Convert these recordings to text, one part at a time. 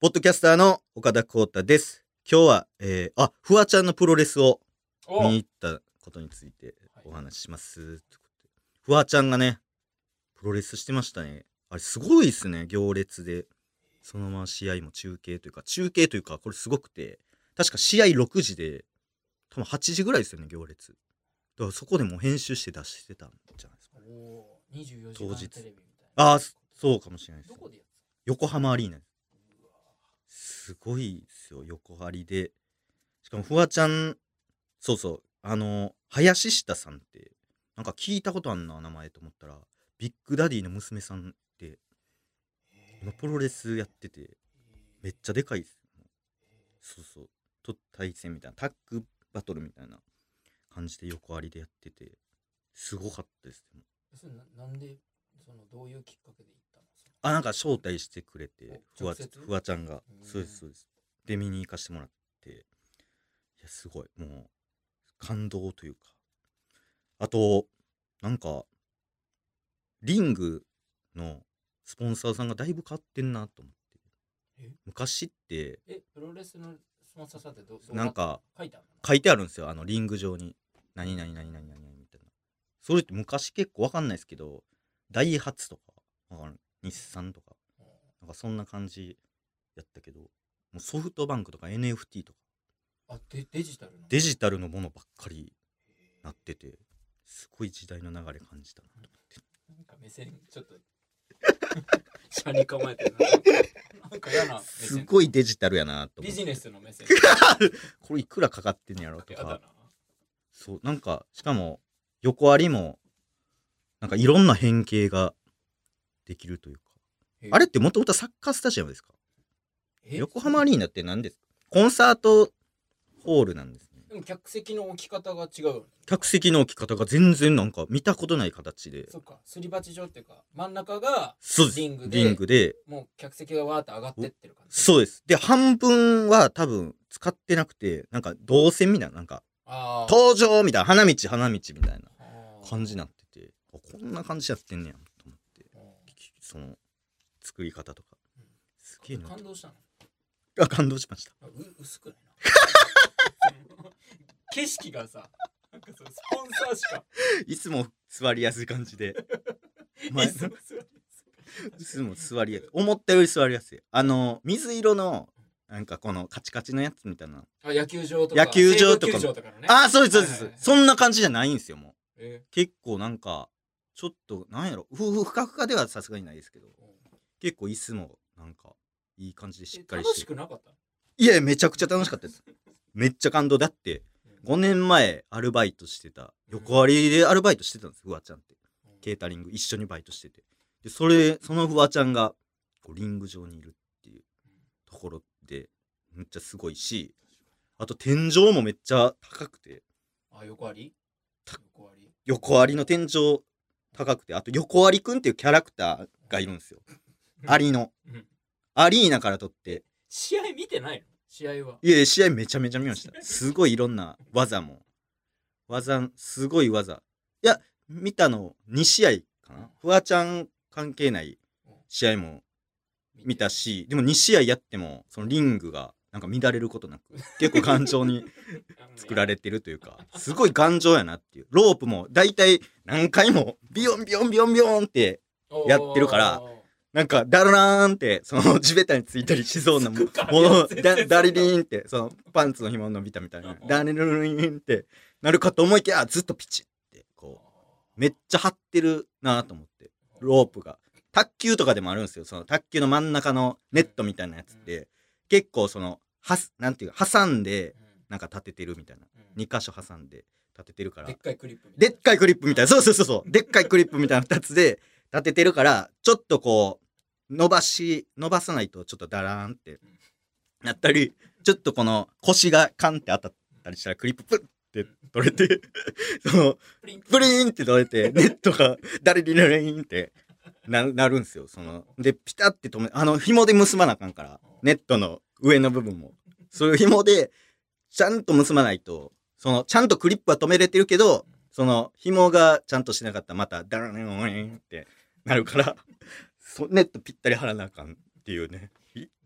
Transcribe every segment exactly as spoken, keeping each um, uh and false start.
ポッドキャスターの岡田光太です。今日は、えー、あ、フワちゃんのプロレスを見に行ったことについてお話しします。はい、フワちゃんがね、プロレスしてましたね。あれすごいっすね、行列で。そのまま試合も中継というか、中継というか、これすごくて、確か試合ろくじで、多分はちじぐらいですよね、行列。だからそこでもう編集して出してたんじゃないですか。 おー、にじゅうよじかんテレビみたいな。 ああ、そうかもしれないです。 どこでやつ横浜アリーナです。すごいですよ、横張りで。しかもフワちゃん、そうそう、あの林下さんってなんか聞いたことあんな名前と思ったら、ビッグダディの娘さんって今プロレスやってて、めっちゃでかいです。そうそう、と対戦みたいなタッグバトルみたいな感じで横張りでやってて、すごかったです。 それ な, なんでそのどういうきっかけで行ったの？ あ、なんか招待してくれて、フワフワちゃんが、 うん、 そうですそうです。で見に行かしてもらって、いやすごいもう感動というか、あとなんかリングのスポンサーさんがだいぶ変わってんなと思って。 え昔ってえプロレスのスポンサーさんってどどなんか書いてあるの？ 書いてあるんですよ、あのリング上に何々何々何々みたいな。それって昔結構わかんないですけど、ダイハツとかわかる、日産とかなんかそんな感じやったけど、もうソフトバンクとか エヌエフティー とかあデデジタルのデジタルのものばっかりなってて、すごい時代の流れ感じたなと思って。 なんか目線ちょっと車に構えてるな。なんか嫌な目線。 すごいデジタルやなと思って。 ビジネスの目線。 これいくらかかってんやろとか。 やだな。 そう、なんかしかも横ありもなんかいろんな変形ができるというか、あれってもともとサッカースタジアムですか？横浜アリーナって何ですか？コンサートホールなんですね。 でも客席の置き方が違う。 客席の置き方が全然なんか見たことない形で。 そっか、すり鉢状っていうか真ん中がリングで、 リングでもう客席がわーって上がってってる感じ。 そうです。で半分は多分使ってなくて、なんか動線みたいな、なんか登場みたいな、花道花道みたいな感じになってて、こんな感じやってんねやと思って、その作り方とか、うん、すげえな。 感動したの？ あ、感動しました。 う薄くないな景色がさ、なんかそのスポンサーしかいつも座りやすい感じでいつも座りやすいいつも座りやすい、思ったより座りやすい。あの水色のなんかこのカチカチのやつみたいな、 あ、野球場とか野球場とかも、ね、あ、そうですそうです、はいはいはい、そんな感じじゃないんですよ。もう、えー、結構なんかちょっとなんやろ、ふふふかふかではさすがにないですけど、結構椅子もなんかいい感じでしっかりして。 楽しくなかった？ いや、めちゃくちゃ楽しかったです。めっちゃ感動。だってごねんまえアルバイトしてた、横ありでアルバイトしてたんです、フワちゃんって。ケータリング一緒にバイトしてて、でそれそのフワちゃんがこうリング上にいるっていうところでめっちゃすごいし、あと天井もめっちゃ高くて。 あ、横あり横あり横ありの天井高くて、あと横ありくんっていうキャラクターがいるんですよ。アリのアリーナから撮って。 試合見てないの？試合は。 いやいや、試合めちゃめちゃ見ました。すごいいろんな技も技すごい技、いや見たのに試合かな。フワちゃん関係ない試合も見たし、でもに試合やってもそのリングがなんか乱れることなく結構頑丈に作られてるというか、すごい頑丈やなっていう。ロープもだいたい何回もビヨンビヨンビヨンビヨンってやってるから、なんかダラーンってその地べたについたりしそうなものダ, ダリリーンってそのパンツの紐伸びたみたいなダリリーンってなるかと思いきや、ずっとピチってこうめっちゃ張ってるなと思って、ロープが卓球とかでもあるんですよ。その卓球の真ん中のネットみたいなやつって結構そのはなんていうか挟んでなんか立ててるみたいな、に箇所挟んで立ててるから、 でっかいクリップみたいな、 でっかいクリップみたいな、そうそうそうそうでっかいクリップみたいなふたつで立ててるから、ちょっとこう伸ばし伸ばさないとちょっとダラーンってなったり、ちょっとこの腰がカンって当たったりしたらクリッププッって取れてそのプリーンって取れてネットがダリリリリンってな, なるんですよ。そのでピタって止め、あの紐で結ばなあかんから、ネットの上の部分もそういう紐でちゃんと結ばないと、そのちゃんとクリップは止めれてるけど、その紐がちゃんとしなかったらまたダラリンってなるからネットぴったり張らなあかんっていうね。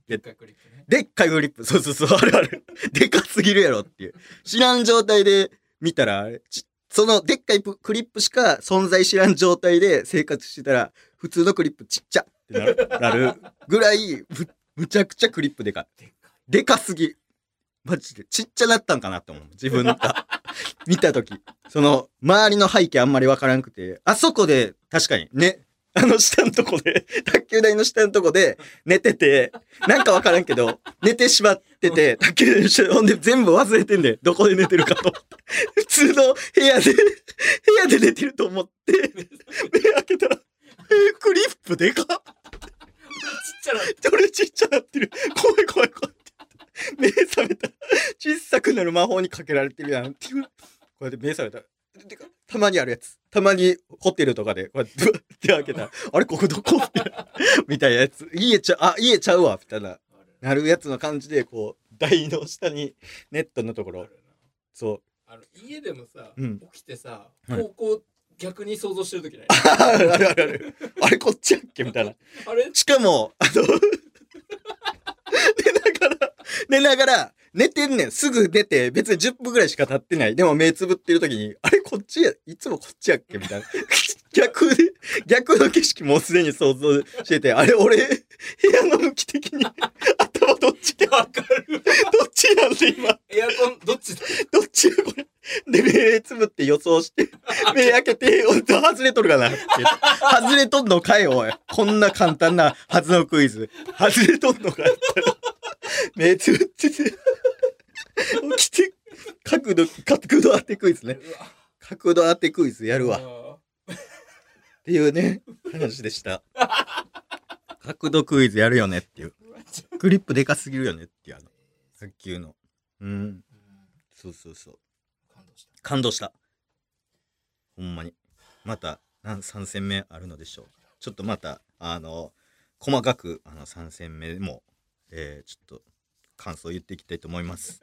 でっかいクリップね。 でっかいクリップ、そうそうそう、あるある。でかすぎるやろっていう。知らん状態で見たら、ちそのでっかいクリップしか存在知らん状態で生活してたら、普通のクリップちっちゃってなるなるぐらい、む、むちゃくちゃクリップでかい。でかすぎ。マジで。ちっちゃなったんかなって思う。自分が。見たとき。その、周りの背景あんまりわからんくて、あそこで、確かに、ね、あの下のとこで、卓球台の下のとこで寝てて、なんかわからんけど、寝てしまってて、卓球台の下で、ほんで全部忘れてんで、どこで寝てるかと。普通の部屋で、部屋で寝てると思って、目開けたら、クリップでかっ。 ちっちゃなって。 俺ちっちゃなってる。怖い怖い怖い。目覚めたら小さくなる魔法にかけられてるやんっていう。こうやって目覚めたらてかたまにあるやつ、たまにホテルとかでこうやって手開けたらあれここどこみたいなやつ、家ちゃあ家ちゃうわみたいななるやつの感じで、こう台の下にネットのところ、そうあの家でもさ、 うん、 起きてさ、方向逆に想像してる時ないあるあるあるあれこっちやっけみたいな。 あれしかもあの寝ながら寝ながら寝てんねん。すぐ出て別にじゅっぷんぐらいしか経ってない。でも目つぶってる時にあれこっちや、いつもこっちやっけみたいな逆で逆の景色もうすでに想像してて、あれ俺部屋の向き的に頭どっちでわかるどっちなんで今エアコンどっちだどっちやこれで目つぶって予想して目開けてほんと外れとるかなって外れとんのかいおい、こんな簡単なはずのクイズ外れとんのかい目つぶってて起きて角度角度当てクイズね、角度当てクイズやるわっていうね話でした。角度クイズやるよねっていう、クリップでかすぎるよねっていう、あの卓球のうん、うん、そうそうそう、感動した感動したほんまに。またさん戦目あるのでしょう。ちょっとまたあの細かくあのさん戦目も、えー、ちょっと感想を言っていきたいと思います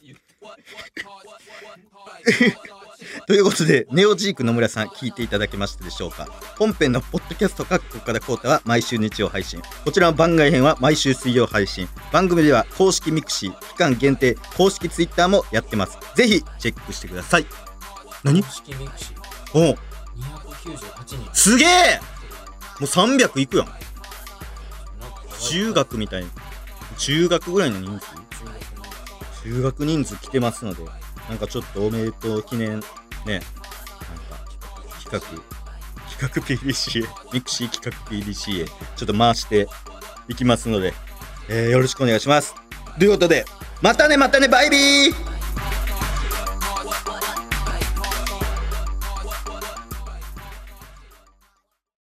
ということで、ネオジーク野村さん聞いていただけましたでしょうか。本編のポッドキャスト各国からコータは毎週日曜配信、こちらの番外編は毎週水曜配信。番組では公式ミクシー、期間限定公式ツイッターもやってます。ぜひチェックしてください。何？ 公式ミクシーおにひゃくきゅうじゅうはちにん、 すげえ、もうさんびゃくいくやん。中学みたいに中学ぐらいの人数、中学人数来てますので、なんかちょっとおめでとう記念ね、なんか企画企画 ピーディーシー へミクシー企画 ピーディーシー へちょっと回していきますので、えー、よろしくお願いします。ということで、またねまたねバイビー。